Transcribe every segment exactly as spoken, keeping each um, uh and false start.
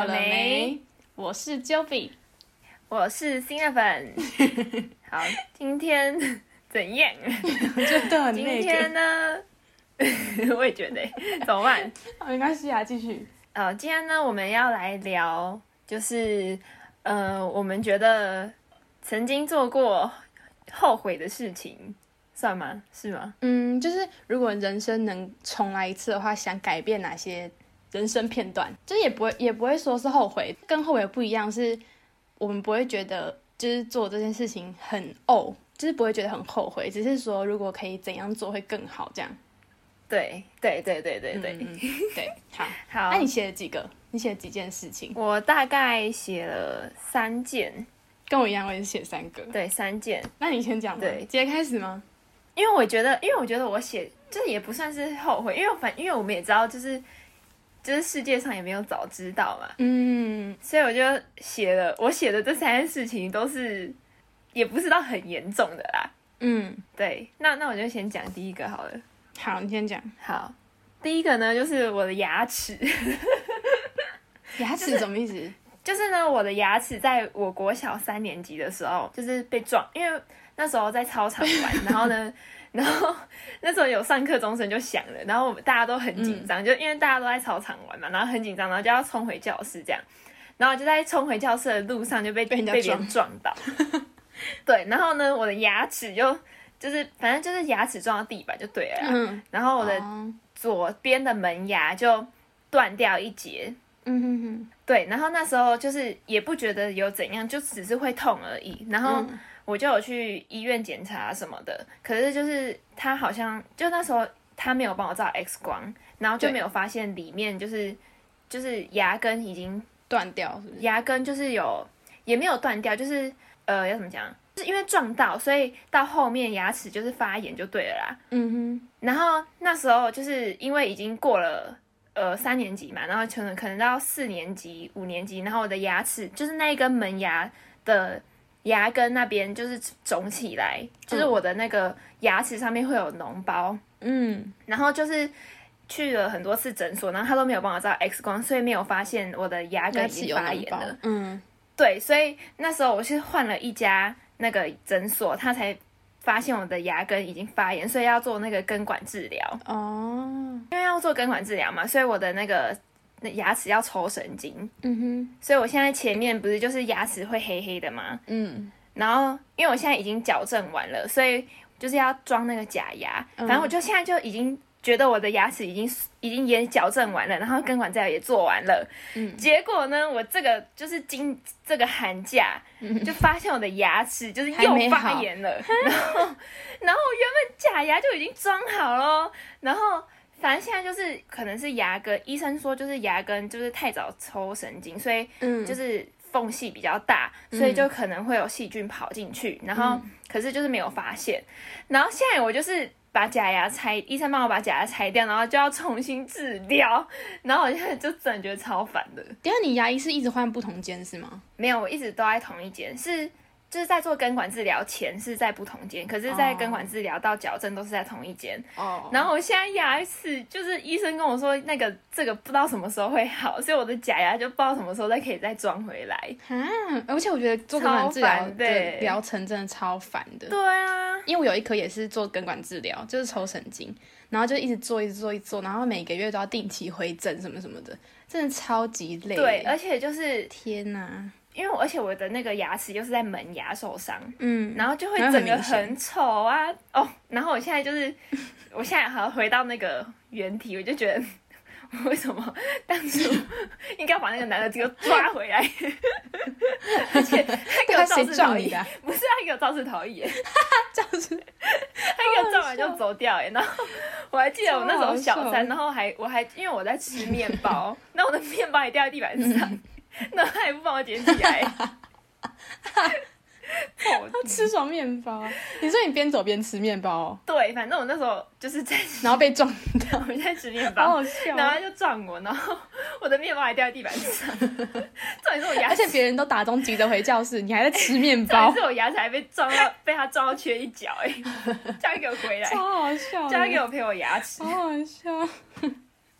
好了没？我是 Joby， 我是新的粉。好，今天怎样？ 我觉得很今那个。 天呢，我也觉得，怎么办？ 没关系啊，继续。 呃，今天呢，我们要来聊，就是呃，我们觉得曾经做过后悔的事情，算吗？是吗？ 嗯，就是如果人生能重来一次的话，想改变哪些人生片段？就是也不会也不会说是后悔，跟后悔不一样，是我们不会觉得就是做这件事情很哦，就是不会觉得很后悔，只是说如果可以怎样做会更好这样。 对对对对对对、 嗯、对，好， 好。 那你写了几个？你写了几件事情？ 我大概写了三件， 跟我一样，我也是写三个。 对，三件。 那你先讲吧。 对， 直接开始吗？ 因为我觉得，因为我觉得我写这也不算是后悔，因为反因为我们也知道，就是就是世界上也没有早知道嘛， 嗯， 所以我就写了，我写的这三件事情都是也不是到很严重的啦。 嗯， 对，那那我就先讲第一个好了。 好，你先讲。 好，第一个呢就是我的牙齿。 牙齿什么意思？就是、 就是呢，我的牙齿在我国小三年级的时候，就是被撞，因为那时候在操场玩，然后呢，然后那时候有上课钟声就响了，然后我们大家都很紧张、嗯，就因为大家都在操场玩嘛，然后很紧张，然后就要冲回教室这样，然后就在冲回教室的路上就被被人家被别人撞到，对，然后呢，我的牙齿就就是反正就是牙齿撞到地板就对了啦、嗯，然后我的左边的门牙就断掉一截。 嗯哼哼， 对，然后那时候就是也不觉得有怎样，就只是会痛而已。然后我就有去医院检查什么的，可是就是他好像就那时候他没有帮我照 X 光，然后就没有发现里面就是就是牙根已经断掉是不是？ 牙根就是有也没有断掉，就是呃要怎么讲？就是因为撞到，所以到后面牙齿就是发炎就对了啦。 嗯哼， 然后那时候就是因为已经过了。呃，三年级嘛，然后可能可能到四年级、五年级，然后我的牙齿就是那一根门牙的牙根那边就是肿起来、嗯，就是我的那个牙齿上面会有脓包， 嗯， 然后就是去了很多次诊所，然后他都没有帮我照 X 光，所以没有发现我的牙根已经发炎了， 嗯， 对，所以那时候我是换了一家那个诊所，他才发现我的牙根已经发炎，所以要做那个根管治疗哦。 因为要做根管治疗嘛，所以我的那个那牙齿要抽神经。 嗯哼。 所以我现在前面不是就是牙齿会黑黑的吗？ 嗯。 然后因为我现在已经矫正完了，所以就是要装那个假牙。 嗯、 反正我就现在就已经觉得我的牙齿已经已经也矫正完了，然后根管治疗也做完了。嗯。结果呢，我这个就是今这个寒假、嗯、就发现我的牙齿就是又发炎了，然后然后我原本假牙就已经装好了，然后反正现在就是可能是牙根，医生说就是牙根就是太早抽神经，所以就是缝隙比较大、嗯、所以就可能会有细菌跑进去，然后可是就是没有发现，然后现在我就是把假牙拆，医生帮我把假牙拆掉，然后就要重新治疗，然后我现在就真的觉得超烦的。 等一下你牙医是一直换不同间是吗？ 没有，我一直都在同一间，是就是在做根管治疗前是在不同间，可是在根管治疗到矫正都是在同一间。哦、oh. 然后我现在牙齿就是医生跟我说那个这个不知道什么时候会好，所以我的假牙就不知道什么时候再可以再装回来。 啊！而且我觉得做根管治疗的疗程真的超烦的。 对啊， 因为我有一颗也是做根管治疗，就是抽神经，然后就一直做一直做一直做，然后每个月都要定期回诊什么什么的，真的超级累。 对，而且就是天哪！ 因为我而且我的那个牙齿又是在门牙受伤， 嗯， 然后就会整个很丑啊，哦，然后我现在就是，我现在好像回到那个原题，我就觉得为什么当初应该把那个男的给我抓回来，而且他给我肇事逃逸，啊、不是他给我肇事逃逸， 肇事， 他给我撞完就走掉哎，然后我还记得我那时候小三，然后还我还因为我在吃面包，那我的面包也掉在地板上。嗯那他也不帮我捡起来， 他吃什么面包啊？你说你边走边吃面包、哦？ 对，反正我那时候就是在， 然后被撞到， 我在吃面包， 好好笑、 然后他就撞我，然后我的面包还掉在地板上，重点是我牙齿， 而且别人都打钟急着回教室，你还在吃面包， 重点是我牙齿还被撞到，被他撞到缺一角、欸，哎，叫他给我回来， 超好笑， 叫他给我赔我牙齿， 好好笑。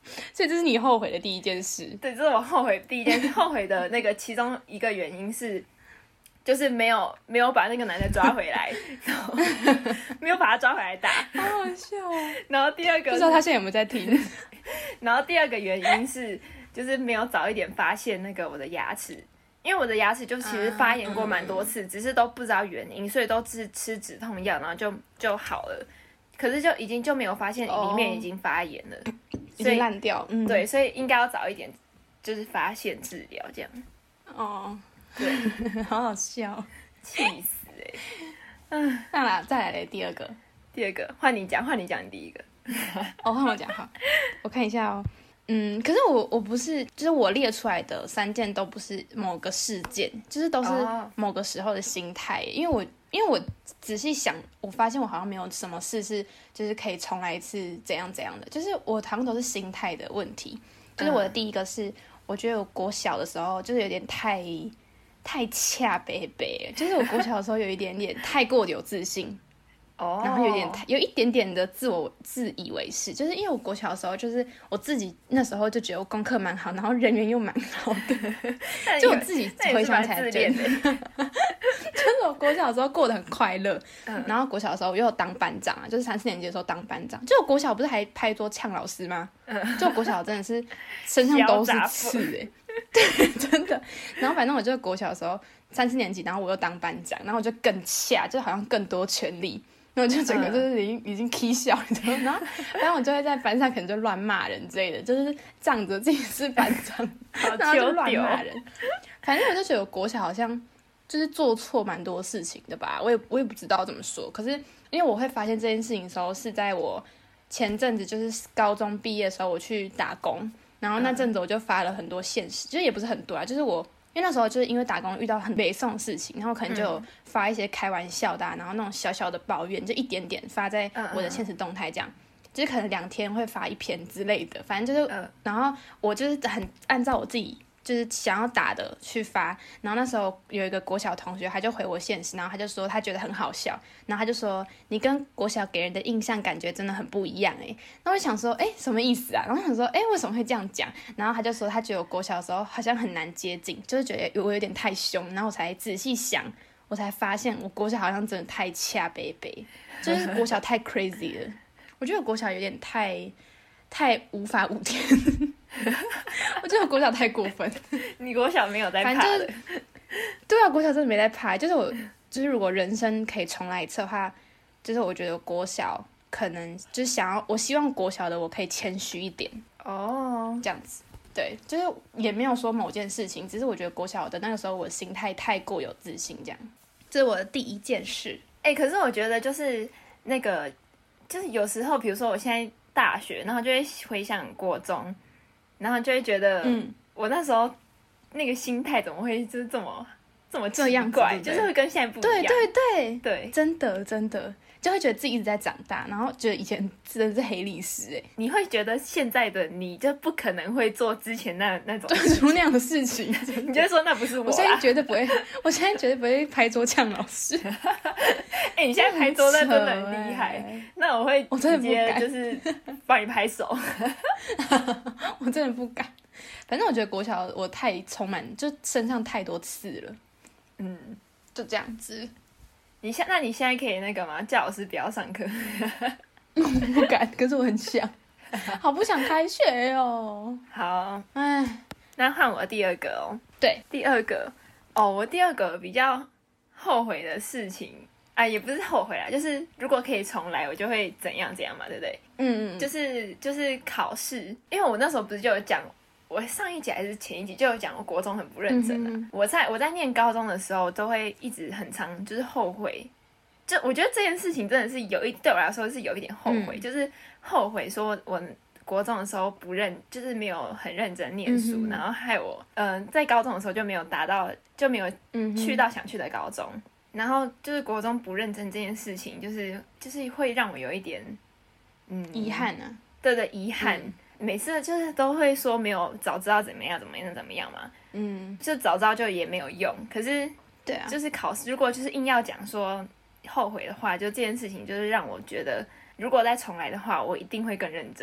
所以这是你后悔的第一件事。 对，这是我后悔第一件事，后悔的那个其中一个原因是，就是没有没有把那个男的抓回来，然后没有把他抓回来打， 好好笑哦。 然后第二个不知道他现在有没有在听？ 然后第二个原因是，就是没有早一点发现那个我的牙齿，因为我的牙齿就其实发炎过蛮多次，嗯、只是都不知道原因，所以都是吃止痛药，然后就就好了。可是就已经就没有发现里面已经发炎了，哦、 已经烂掉。嗯， 对，所以应该要早一点，就是发现治疗这样。 哦，对，好好笑， 气死哎、欸！嗯， 那啦，再来嘞，第二个， 第二个换你讲，换你讲，你第一个。 哦，换我讲好，我看一下哦。嗯，可是我我不是，就是我列出来的三件都不是某个事件，就是都是某个时候的心态。Oh. 因为我因为我仔细想，我发现我好像没有什么事是就是可以重来一次怎样怎样的，就是我好像都是心态的问题。就是我的第一个是，嗯、我觉得我国小的时候就是有点太太恰北北，就是我国小的时候有一点点太过有自信。 哦， oh. 然后有点有一点点的自我自以为是，就是因为我国小的时候，就是我自己那时候就觉得我功课蛮好，然后人缘又蛮好的，就我自己回想起来觉得，就是我国小的时候过得很快乐。嗯、然后国小的时候我又有当班长啊，就是三四年级的时候当班长。就我国小不是还拍桌呛老师吗？嗯、就我国小真的是身上都是刺哎、欸，对，真的。然后反正我就国小的时候三四年级，然后我又当班长，然后我就更恰，就好像更多权力。然后就整个就是已经、嗯、已经 K 笑，你知道吗？然后反正我就会在班上可能就乱骂人之类的，就是仗着自己是班长，然后就乱骂人。反正我就觉得我国小好像就是做错蛮多事情的吧，我也我也不知道怎么说。可是因为我会发现这件事情的时候，是在我前阵子就是高中毕业的时候，我去打工，然后那阵子我就发了很多限时，就是也不是很多啊，就是我。因为那时候就是因为打工遇到很北宋的事情，然后可能就有发一些开玩笑的、啊，然后那种小小的抱怨，就一点点发在我的现实动态这样，就是可能两天会发一篇之类的，反正就是，然后我就是很按照我自己就是想要打的去发，然后那时候有一个国小同学，他就回我现实，然后他就说他觉得很好笑，然后他就说你跟国小给人的印象感觉真的很不一样哎，那我就想说哎什么意思啊？然后我想说哎为什么会这样讲？然后他就说他觉得我国小的时候好像很难接近，就是觉得我有点太凶，然后我才仔细想，我才发现我国小好像真的太恰北北，就是国小太 crazy 了，我觉得我国小有点太太无法无天。我觉得我国小太过分。 你国小没有在怕的？ 对啊，国小真的没在怕。就是我，就是如果人生可以重来一次的话，就是我觉得国小可能就是想要，我希望国小的我可以谦虚一点哦， oh. 这样子。对，就是也没有说某件事情，只是我觉得国小的那个时候我心态太过有自信，这样。这是我的第一件事。 哎、欸，可是我觉得就是那个，就是有时候，比如说我现在大学，然后就会回想国中。然后就会觉得，嗯，我那时候那个心态怎么会就是这么这么奇怪，就是会跟现在不一样。 对对对对， 真的真的就会觉得自己一直在长大，然后觉得以前真的是黑历史哎。 你会觉得现在的你就不可能会做之前那那种做出那样的事情， 你就会说那不是我、啊。 我现在绝对不会，我现在绝对不会拍桌呛老师。 哎、欸，你现在拍桌那真的很厉害，欸、那我会直接就是帮你拍手。 我真的不敢。反正我觉得国小我太充满，就身上太多刺了。嗯，就这样子。 你现那你现在可以那个吗？叫老师不要上课。 我不敢，可是我很想，好不想开学哦。 好， 唉， 那换我第二个哦。 对， 第二个哦，我第二个比较后悔的事情啊，也不是后悔啦，就是如果可以重来，我就会怎样怎样嘛，对不对？ 嗯嗯， 就是就是考试，因为我那时候不是就有讲。我上一集还是前一集就有讲，我国中很不认真啊。嗯、我在我在念高中的时候，都会一直很常就是后悔。就我觉得这件事情真的是有一对我来说是有一点后悔，嗯、就是后悔说我国中的时候不认，就是没有很认真念书，嗯、然后害我嗯、呃、在高中的时候就没有达到，就没有去到想去的高中。嗯、然后就是国中不认真这件事情，就是就是会让我有一点嗯遗憾啊， 对对遗憾。嗯每次就是都会说没有早知道怎么样怎么样怎么样嘛，嗯，就早知道就也没有用。可是， 对啊， 就是考试，如果就是硬要讲说后悔的话，就这件事情就是让我觉得，如果再重来的话，我一定会更认真。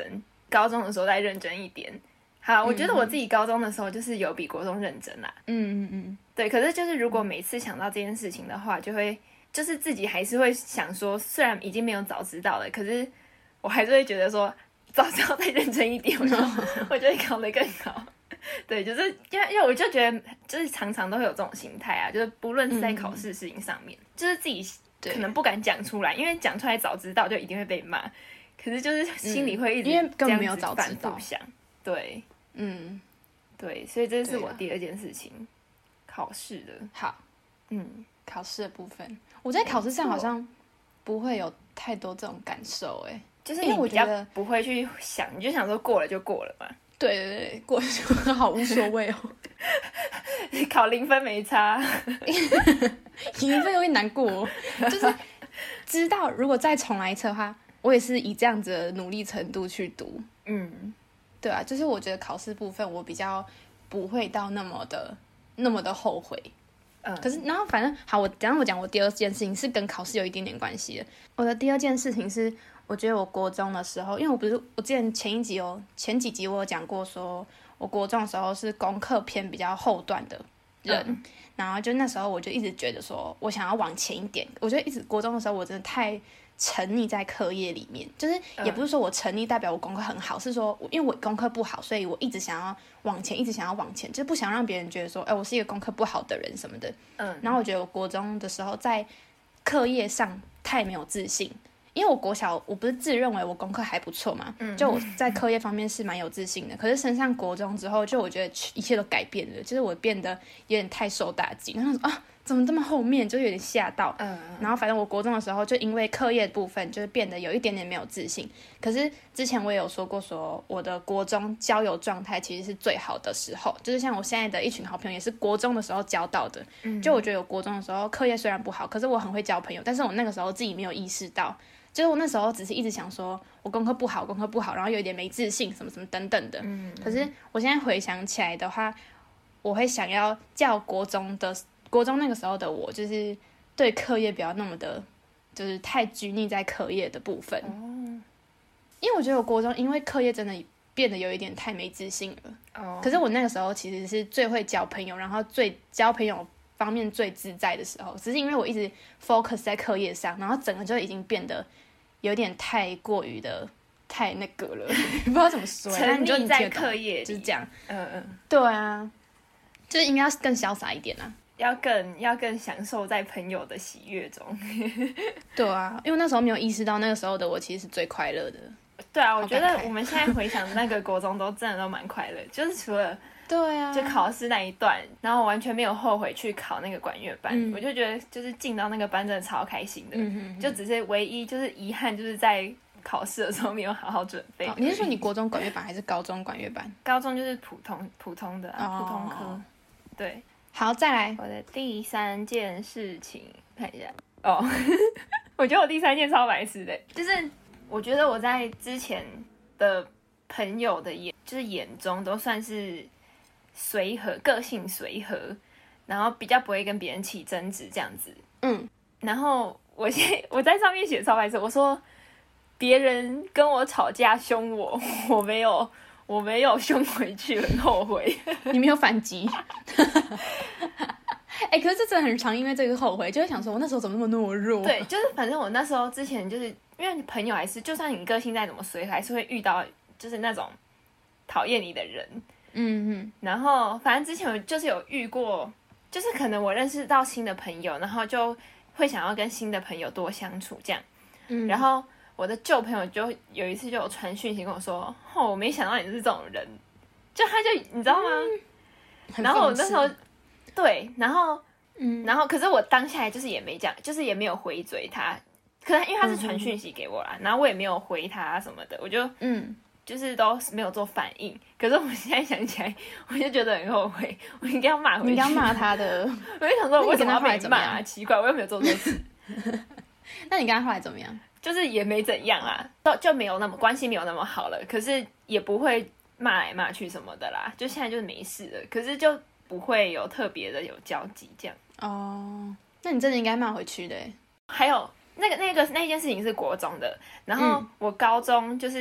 高中的时候再认真一点。好，我觉得我自己高中的时候就是有比国中认真啦。 嗯嗯嗯， 对。可是就是如果每次想到这件事情的话，就会就是自己还是会想说，虽然已经没有早知道了，可是我还是会觉得说，早知道再认真一点，我就我就会考得更好。对，就是因为因为我就觉得，就是常常都会有这种心态啊，就是不论是在考试事情上面，嗯、就是自己可能不敢讲出来，因为讲出来早知道就一定会被骂，可是就是心里会一直、 嗯、因为根本没有早知道想。对， 嗯， 对，所以这是我第二件事情，啊、考试的。 好， 嗯， 考试的部分，我在考试上好像不会有太多这种感受、欸，哎， 就是你比较不会去想，你就想说过了就过了嘛。 对对对，过就好无所谓哦。 你考零分没差， 零分有点难过、哦。就是知道如果再重来一次的话，我也是以这样子的努力程度去读。 嗯， 对啊，就是我觉得考试部分我比较不会到那么的那么的后悔。嗯，可是然后反正好，我等一下我讲我第二件事情是跟考试有一点点关系的。我的第二件事情是。我觉得我国中的时候，因为我不是我之前前一集哦，前几集我有讲过说，我国中的时候是功课偏比较后段的人，嗯、然后就那时候我就一直觉得说，我想要往前一点。我觉得一直国中的时候，我真的太沉溺在课业里面，就是也不是说我沉溺代表我功课很好，是说因为我功课不好，所以我一直想要往前，一直想要往前，就是不想让别人觉得说，哎，我是一个功课不好的人什么的。嗯，然后我觉得我国中的时候在课业上太没有自信。因为我国小我不是自认为我功课还不错嘛，嗯、就我在课业方面是蛮有自信的。可是升上国中之后，就我觉得一切都改变了，就是我变得有点太受打击。然后说啊，怎么这么后面，就有点吓到。嗯、然后反正我国中的时候，就因为课业部分，就是变得有一点点没有自信。可是之前我也有说过说，说我的国中交友状态其实是最好的时候，就是像我现在的一群好朋友，也是国中的时候交到的。嗯、就我觉得我国中的时候课业虽然不好，可是我很会交朋友，但是我那个时候自己没有意识到。就是我那时候只是一直想说，我功课不好，功课不好，然后有一点没自信，什么什么等等的。嗯，可是我现在回想起来的话，我会想要叫国中的国中那个时候的我，就是对课业不要那么的，就是太拘泥在课业的部分。哦。因为我觉得我国中因为课业真的变得有一点太没自信了。哦。可是我那个时候其实是最会交朋友，然后最交朋友方面最自在的时候，只是因为我一直 focus 在课业上，然后整个就已经变得有点太过于的太那个了，不知道怎么说。 沉溺在课业就是这样。 嗯嗯， 对啊，就是应该要更潇洒一点啊， 要更要更享受在朋友的喜悦中。 对啊，因为那时候没有意识到，那个时候的我其实是最快乐的。 对啊，我觉得我们现在回想那个国中都真的都蛮快乐，就是除了。 对啊， 就考试那一段，然后我完全没有后悔去考那个管乐班，嗯、我就觉得就是进到那个班真的超开心的，嗯、哼哼就只是唯一就是遗憾就是在考试的时候没有好好准备。 哦、你是说你国中管乐班还是高中管乐班？ 高中就是普通普通的、啊哦、普通科。对， 好，再来我的第三件事情，看一下哦，我觉得我第三件超白痴的，就是我觉得我在之前的朋友的眼就是眼中都算是。随和，个性随和，然后比较不会跟别人起争执这样子。嗯，然后我现我在上面写超白痴，我说别人跟我吵架凶我，我没有，我没有凶回去，很后悔。 你没有反击。哎、欸，可是这真的很常，因为这个后悔，就会想说，我那时候怎么那么懦弱？ 对，就是反正我那时候之前就是因为你朋友还是，就算你个性再怎么随和，还是会遇到就是那种讨厌你的人。嗯嗯，然后反正之前我就是有遇过，就是可能我认识到新的朋友，然后就会想要跟新的朋友多相处这样。嗯，然后我的旧朋友就有一次就有传讯息跟我说，哦，我没想到你是这种人，就他就你知道吗？嗯、然后我那时候对，然后嗯，然后可是我当下就是也没讲，就是也没有回嘴他，可是因为他是传讯息给我啦，嗯、然后我也没有回他什么的，我就嗯。就是都没有做反应，可是我现在想起来，我就觉得很后悔，我应该要骂回去。 你应该骂他的。 我就想说，我为什么要被骂啊？奇怪，我又没有做错事。 那你跟他后来怎么样？ 就是也没怎样啊，都就没有那么关系没有那么好了，可是也不会骂来骂去什么的啦，就现在就是没事了，可是就不会有特别的有交集这样。哦， 那你真的应该骂回去的耶。 还有那个那个那件事情是国中的，然后我高中就是。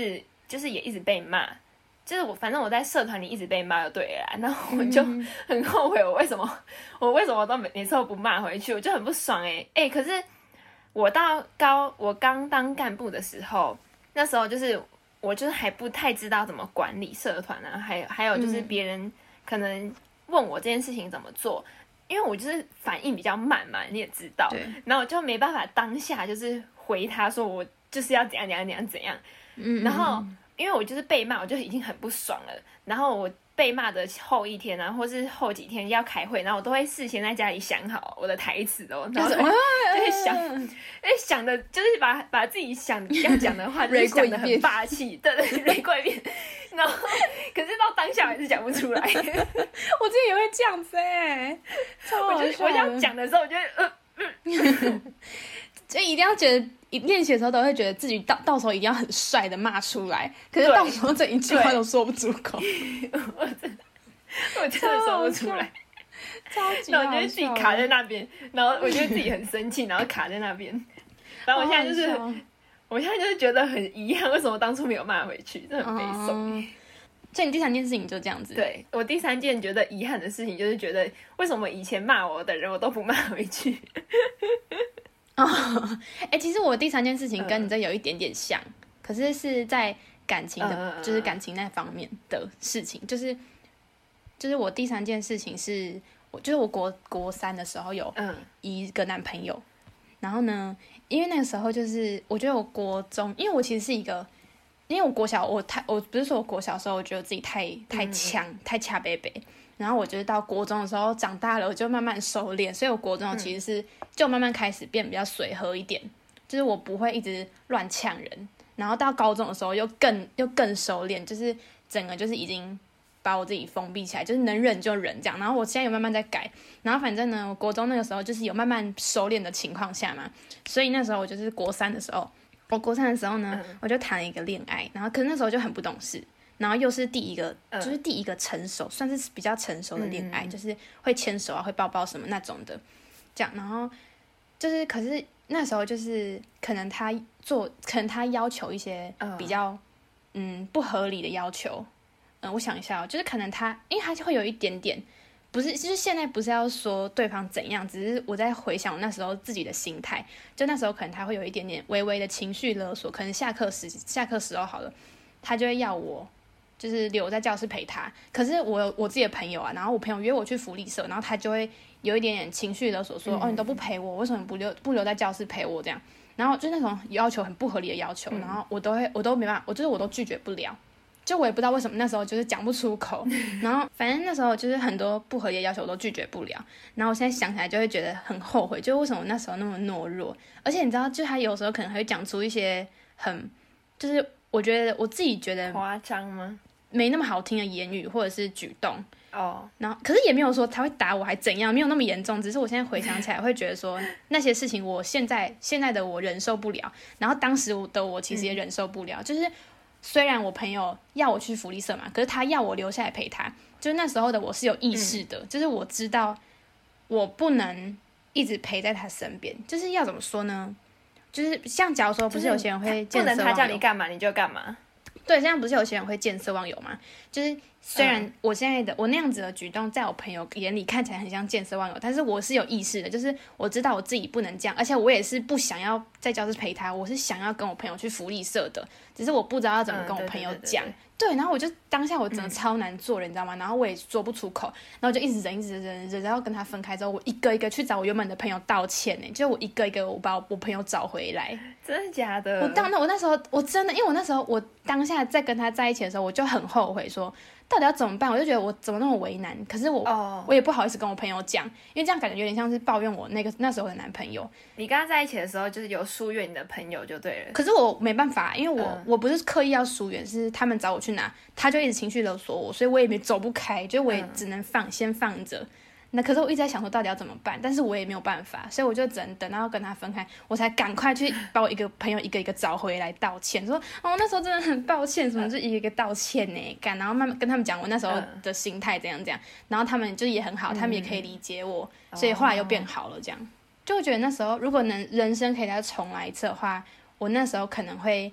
就是也一直被骂。就是我，反正我在社团里一直被骂就对了啦，然后我就很后悔，我为什么我为什么都每每次都不骂回去，我就很不爽哎、欸、哎、欸，可是我到高我刚当干部的时候，那时候就是我就是还不太知道怎么管理社团啊，还有还有就是别人可能问我这件事情怎么做，因为我就是反应比较慢嘛，你也知道，然后我就没办法当下就是回他说我就是要怎样怎样怎样怎样，嗯，然后。因为我就是被骂，我就已经很不爽了。然后我被骂的后一天啊，或是后几天要开会，然后我都会事先在家里想好我的台词哦，然后就会想，哎想的就是把把自己想要讲的话，就是讲的很霸气，对对，捋过一遍。然后可是到当下还是讲不出来。我之前也会这样子哎、欸，超好笑的。 我想讲的时候，我觉得呃嗯。 就一定要觉得，练习的时候都会觉得自己到到时候一定要很帅的骂出来，可是到时候这一句话都说不出口， 我真的，我真的说不出来， 超级好笑。然后我觉得自己卡在那边，然后我觉得自己很生气，然后卡在那边。然后我现在就是，我现在就是觉得很遗憾，为什么当初没有骂回去，真的很悲伤。嗯、 所以你第三件事情就这样子。 对，我第三件觉得遗憾的事情，就是觉得为什么以前骂我的人，我都不骂回去。 哦，哎、欸，其实我第三件事情跟你这有一点点像，嗯、可是是在感情的，嗯、就是感情那方面的事情，就是就是我第三件事情是，我就是我国国三的时候有一个男朋友，嗯、然后呢，因为那个时候就是我觉得我国中，因为我其实是一个，因为我国小我太我不是说我国小的时候我觉得我自己太太强、嗯、太恰贝贝。然后我觉得到国中的时候长大了，我就慢慢收敛，所以我国中其实是就慢慢开始变比较随和一点，就是我不会一直乱呛人。然后到高中的时候又更又更收敛，就是整个就是已经把我自己封闭起来，就是能忍就忍这样。然后我现在有慢慢在改，然后反正呢，我国中那个时候就是有慢慢收敛的情况下嘛，所以那时候我就是国三的时候，我国三的时候呢，我就谈了一个恋爱，然后可是那时候就很不懂事。然后又是第一个，嗯、就是第一个成熟，算是比较成熟的恋爱，嗯、就是会牵手啊，会抱抱什么那种的，这样。然后就是，可是那时候就是可能他做，可能他要求一些比较嗯不合理的要求。嗯，我想一下哦，就是可能他，因为他就会有一点点，不是，就是现在不是要说对方怎样，只是我在回想我那时候自己的心态，就那时候可能他会有一点点微微的情绪勒索，可能下课时下课时候好了，他就会要我。就是留在教室陪他，可是我有我自己的朋友啊，然后我朋友约我去福利社，然后他就会有一点点情绪勒索说，说、嗯、哦你都不陪我，为什么不留不留在教室陪我这样？然后就那种要求很不合理的要求，嗯、然后我都会我都没办法，我就是我都拒绝不了，就我也不知道为什么那时候就是讲不出口，然后反正那时候就是很多不合理的要求我都拒绝不了，然后我现在想起来就会觉得很后悔，就为什么我那时候那么懦弱，而且你知道，就他有时候可能会讲出一些很，就是我觉得我自己觉得夸张吗？ 没那么好听的言语或者是举动哦， oh. 然后可是也没有说他会打我还怎样，没有那么严重，只是我现在回想起来会觉得说那些事情我现在现在的我忍受不了，然后当时的我其实也忍受不了，嗯、就是虽然我朋友要我去福利社嘛，可是他要我留下来陪他，就是那时候的我是有意识的，嗯、就是我知道我不能一直陪在他身边，就是要怎么说呢？就是像假如说不是有些人会见色忘友， 不能他叫你干嘛你就干嘛。 对，现在不是有些人会见色忘友嘛？就是虽然我现在的、嗯、我那样子的举动，在我朋友眼里看起来很像见色忘友，但是我是有意识的，就是我知道我自己不能这样，而且我也是不想要在教室陪他，我是想要跟我朋友去福利社的，只是我不知道要怎么跟我朋友讲。嗯、对, 对, 对, 对, 对，然后我就当下我真的超难做人，嗯、你知道吗？然后我也说不出口，然后我就一直忍，一直忍，忍，然后跟他分开之后，我一个一个去找我原本的朋友道歉呢，就我一个一个我把我朋友找回来。 真的假的？ 我当那我那时候我真的，因为我那时候我当下在跟他在一起的时候，我就很后悔说，到底要怎么办？我就觉得我怎么那么为难，可是我、oh. 我也不好意思跟我朋友讲，因为这样感觉有点像是抱怨我那个那时候的男朋友。 你跟他在一起的时候，就是有疏远你的朋友就对了。 可是我没办法，因为我、嗯、我不是刻意要疏远，是他们找我去哪，他就一直情绪勒索我，所以我也没走不开，就我也只能放、嗯、先放着。那可是我一直在想说到底要怎么办，但是我也没有办法，所以我就只能等到跟他分开，我才赶快去把我一个朋友一个一个找回来道歉，说哦那时候真的很抱歉，什么就一个一个道歉呢，干，然后慢慢跟他们讲我那时候的心态怎样怎样，然后他们就也很好，他们也可以理解我，嗯、所以后来又变好了，这样就会觉得那时候如果能人生可以再重来一次的话，我那时候可能会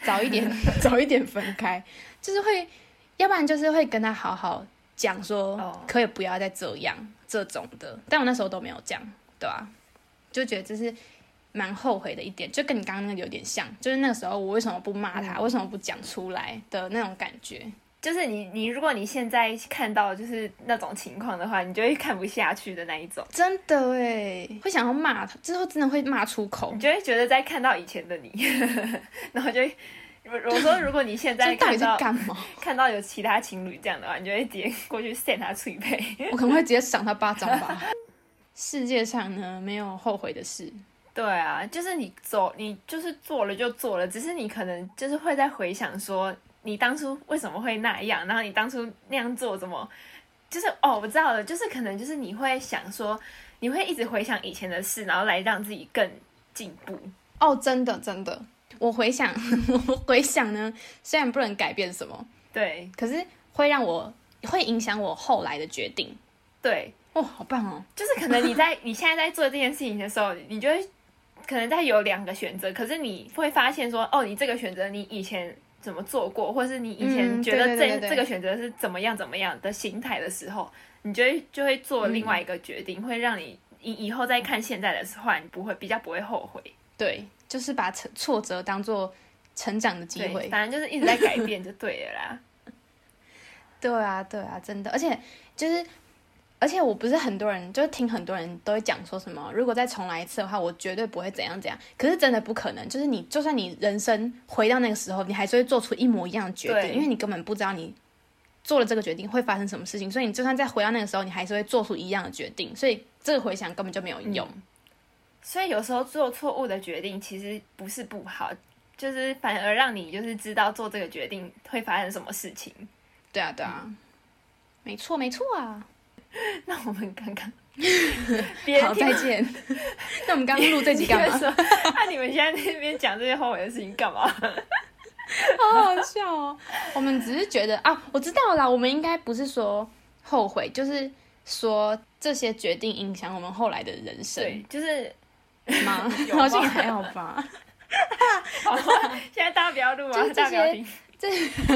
早一点早一点分开，就是会，要不然就是会跟他好好讲说， 哦可以不要再这样这种的，但我那时候都没有讲，对吧、就觉得这是蛮后悔的一点，就跟你刚刚那个有点像，就是那个时候我为什么不骂他， 嗯为什么不讲出来的那种感觉。 就是你你如果你现在看到就是那种情况的话，你就会看不下去的那一种， 真的哎，会想要骂他，之后真的会骂出口你，就会觉得在看到以前的你，然后就会我说如果你现在这到底在看到干嘛？ 看到有其他情侣这样的话，你就会直接过去扇他脆背。 我可能会直接赏他巴掌吧。世界上呢，没有后悔的事。 对啊，就是你走，你就是做了就做了，只是你可能就是会在回想说，你当初为什么会那样，然后你当初那样做怎么，就是哦，我知道了，就是可能就是你会想说，你会一直回想以前的事，然后来让自己更进步。 哦，真的真的，我回想，我回想呢，虽然不能改变什么， 对可是会让我会影响我后来的决定。 对， 哦，好棒哦！ 就是可能你在你现在在做这件事情的时候，你就会可能在有两个选择，可是你会发现说，哦，你这个选择你以前怎么做过，或是你以前觉得这、 嗯对对对对这个选择是怎么样怎么样的心态的时候，你就会就会做另外一个决定，嗯、会让你以以后再看现在的话，你不会比较不会后悔。 对，就是把挫折当做成长的机会， 反正就是一直在改变就对了啦。 对啊，对啊，真的，而且就是。而且我不是很多人，就是听很多人都会讲说什么，如果再重来一次的话，我绝对不会怎样怎样。可是真的不可能，就是你就算你人生回到那个时候，你还是会做出一模一样的决定，因为你根本不知道你做了这个决定会发生什么事情，所以你就算再回到那个时候，你还是会做出一样的决定，所以这个回想根本就没有用。嗯、 所以有时候做错误的决定其实不是不好，就是反而让你就是知道做这个决定会发生什么事情。 对啊，对啊，嗯、没错，没错啊。 那我们刚刚好，再见。那我们刚刚录这集干嘛？ 那、啊、你们现在那边讲这些后悔的事情干嘛？ 好好笑哦！我们只是觉得啊，我知道啦，我们应该不是说后悔，就是说这些决定影响我们后来的人生。 对，就是吗？好像还好吧。 好，现在大家不要录啊，大家不要听。 这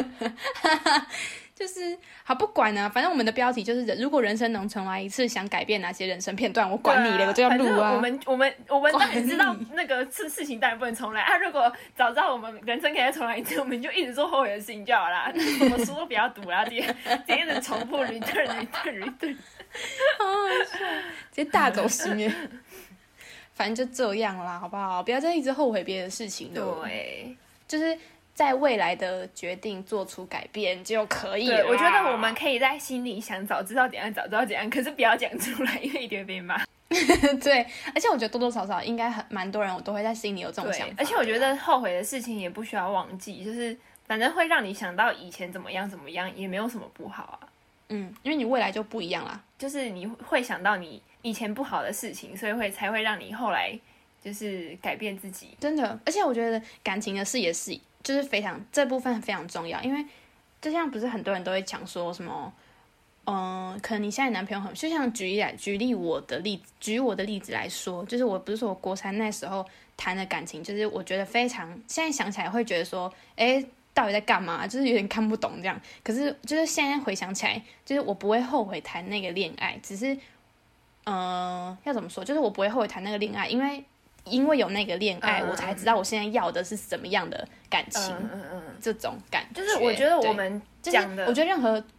就是好不管呢、啊，反正我们的标题就是如果人生能重来一次，想改变哪些人生片段，我管你了，啊、我就要录啊。 我们我们我们当然知道那个事事情当然不能重来啊。如果早知道我们人生可以再重来一次，我们就一直做后悔的事情就好啦。什么书都不要读啦，直接直接的重复 return return return， 好好笑，直接大走心耶。反正就这样啦，好不好？不要再一直后悔别的事情了。 对， 就是在未来的决定做出改变就可以了。 对，我觉得我们可以在心里想，早知道怎样，早知道怎样，可是不要讲出来，因为一定会被骂。 对，而且我觉得多多少少应该很蛮多人，我都会在心里有这种想法。 而且我觉得后悔的事情也不需要忘记，就是反正会让你想到以前怎么样怎么样，也没有什么不好啊。 嗯，因为你未来就不一样啦， 就是你会想到你以前不好的事情，所以会才会让你后来就是改变自己。 真的，而且我觉得感情的事也是，就是非常这部分非常重要，因为就像不是很多人都会讲说什么，嗯、呃，可能你现在男朋友很，就像举例来举例我的例子，举我的例子来说，就是我不是说我国三那时候谈的感情，就是我觉得非常，现在想起来会觉得说，哎。到底在干嘛？就是有点看不懂这样。可是就是现在回想起来，就是我不会后悔谈那个恋爱，只是，呃，要怎么说？就是我不会后悔谈那个恋爱，因为因为有那个恋爱，嗯、我才知道我现在要的是怎么样的感情。嗯嗯嗯，这种感觉。 就是我觉得我们讲的， 就是、我觉得任何，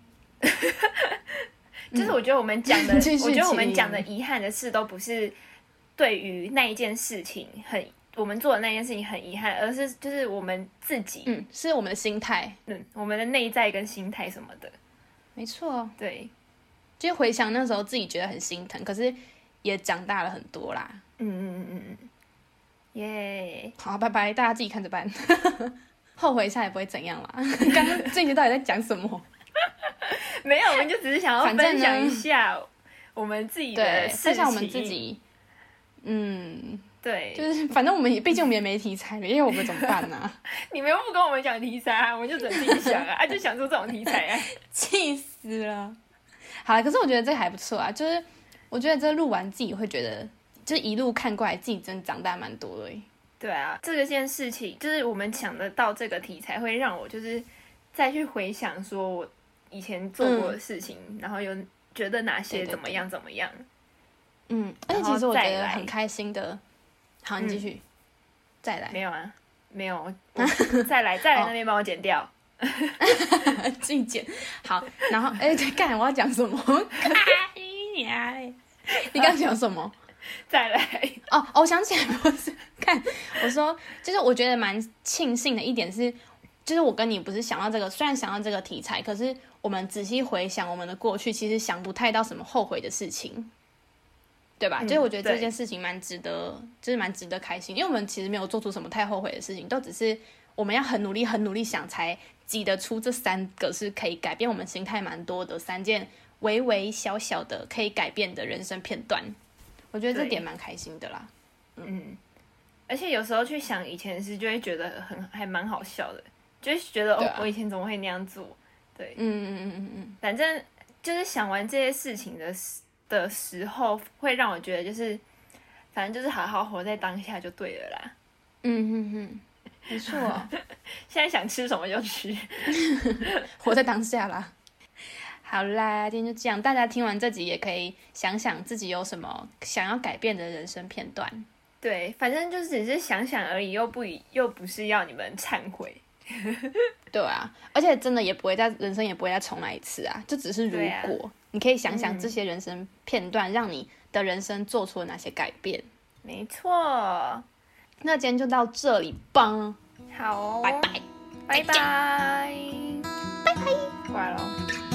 就是我觉得我们讲的， 嗯、 我觉得我们讲的遗憾的事，都不是对于那一件事情很。我们做的那件事情很遗憾，而是就是我们自己， 嗯，是我们的心态， 嗯，我们的内在跟心态什么的， 没错， 对， 就回想那时候自己觉得很心疼，可是也长大了很多啦， 嗯嗯嗯嗯，耶， 好，拜拜，大家自己看着办，后悔一下也不会怎样啦。刚刚这集到底在讲什么？ 没有，我们就只是想要分享一下我们自己的事情， 分享我们自己，嗯。 对， 就是反正我们也，毕竟我们也没题材了，因为我们怎么办呢、啊？ 你们又不跟我们讲题材啊，我们就只能自己想啊，啊就想出这种题材啊， 气死了。好了，可是我觉得这个还不错啊，就是我觉得这录完自己会觉得，就是一路看过来自己真的长大蛮多的。 对啊，这个件事情就是我们想得到这个题材，会让我就是再去回想说我以前做过的事情，嗯、然后有觉得哪些怎么样怎么样。 嗯，而且其实我觉得很开心的。好，你继续、嗯，再来。 没有啊，没有，再来，再来那边帮我剪掉。 自己剪。好，然后哎，对，干，我要讲什么？你你刚讲什么？ 再来哦哦，我想起来，不是看我说，就是我觉得蛮庆幸的一点是，就是我跟你不是想到这个，虽然想到这个题材，可是我们仔细回想我们的过去，其实想不太到什么后悔的事情，对吧？嗯、就是我觉得这件事情蛮值得，就是蛮值得开心，因为我们其实没有做出什么太后悔的事情，都只是我们要很努力、很努力想才挤得出这三个是可以改变我们心态蛮多的三件微微小小的可以改变的人生片段。我觉得这点蛮开心的啦，嗯， 嗯，而且有时候去想以前的事，就会觉得很还蛮好笑的，就会觉得、啊、哦，我以前怎么会那样做？对， 嗯嗯嗯嗯嗯， 反正就是想完这些事情的的时候，会让我觉得就是，反正就是好好活在当下就对了啦。 嗯嗯嗯，没错， 现在想吃什么就吃， 活在当下啦。好啦，今天就这样。大家听完这集也可以想想自己有什么想要改变的人生片段。 对，反正就只是想想而已，又不又不是要你们忏悔。 对啊，而且真的也不会再人生也不会再重来一次啊，就只是如果、啊、你可以想想这些人生片段、嗯、让你的人生做出了哪些改变。 没错， 那今天就到这里吧。 好、哦， 拜拜， 拜拜， 拜拜， 挂了。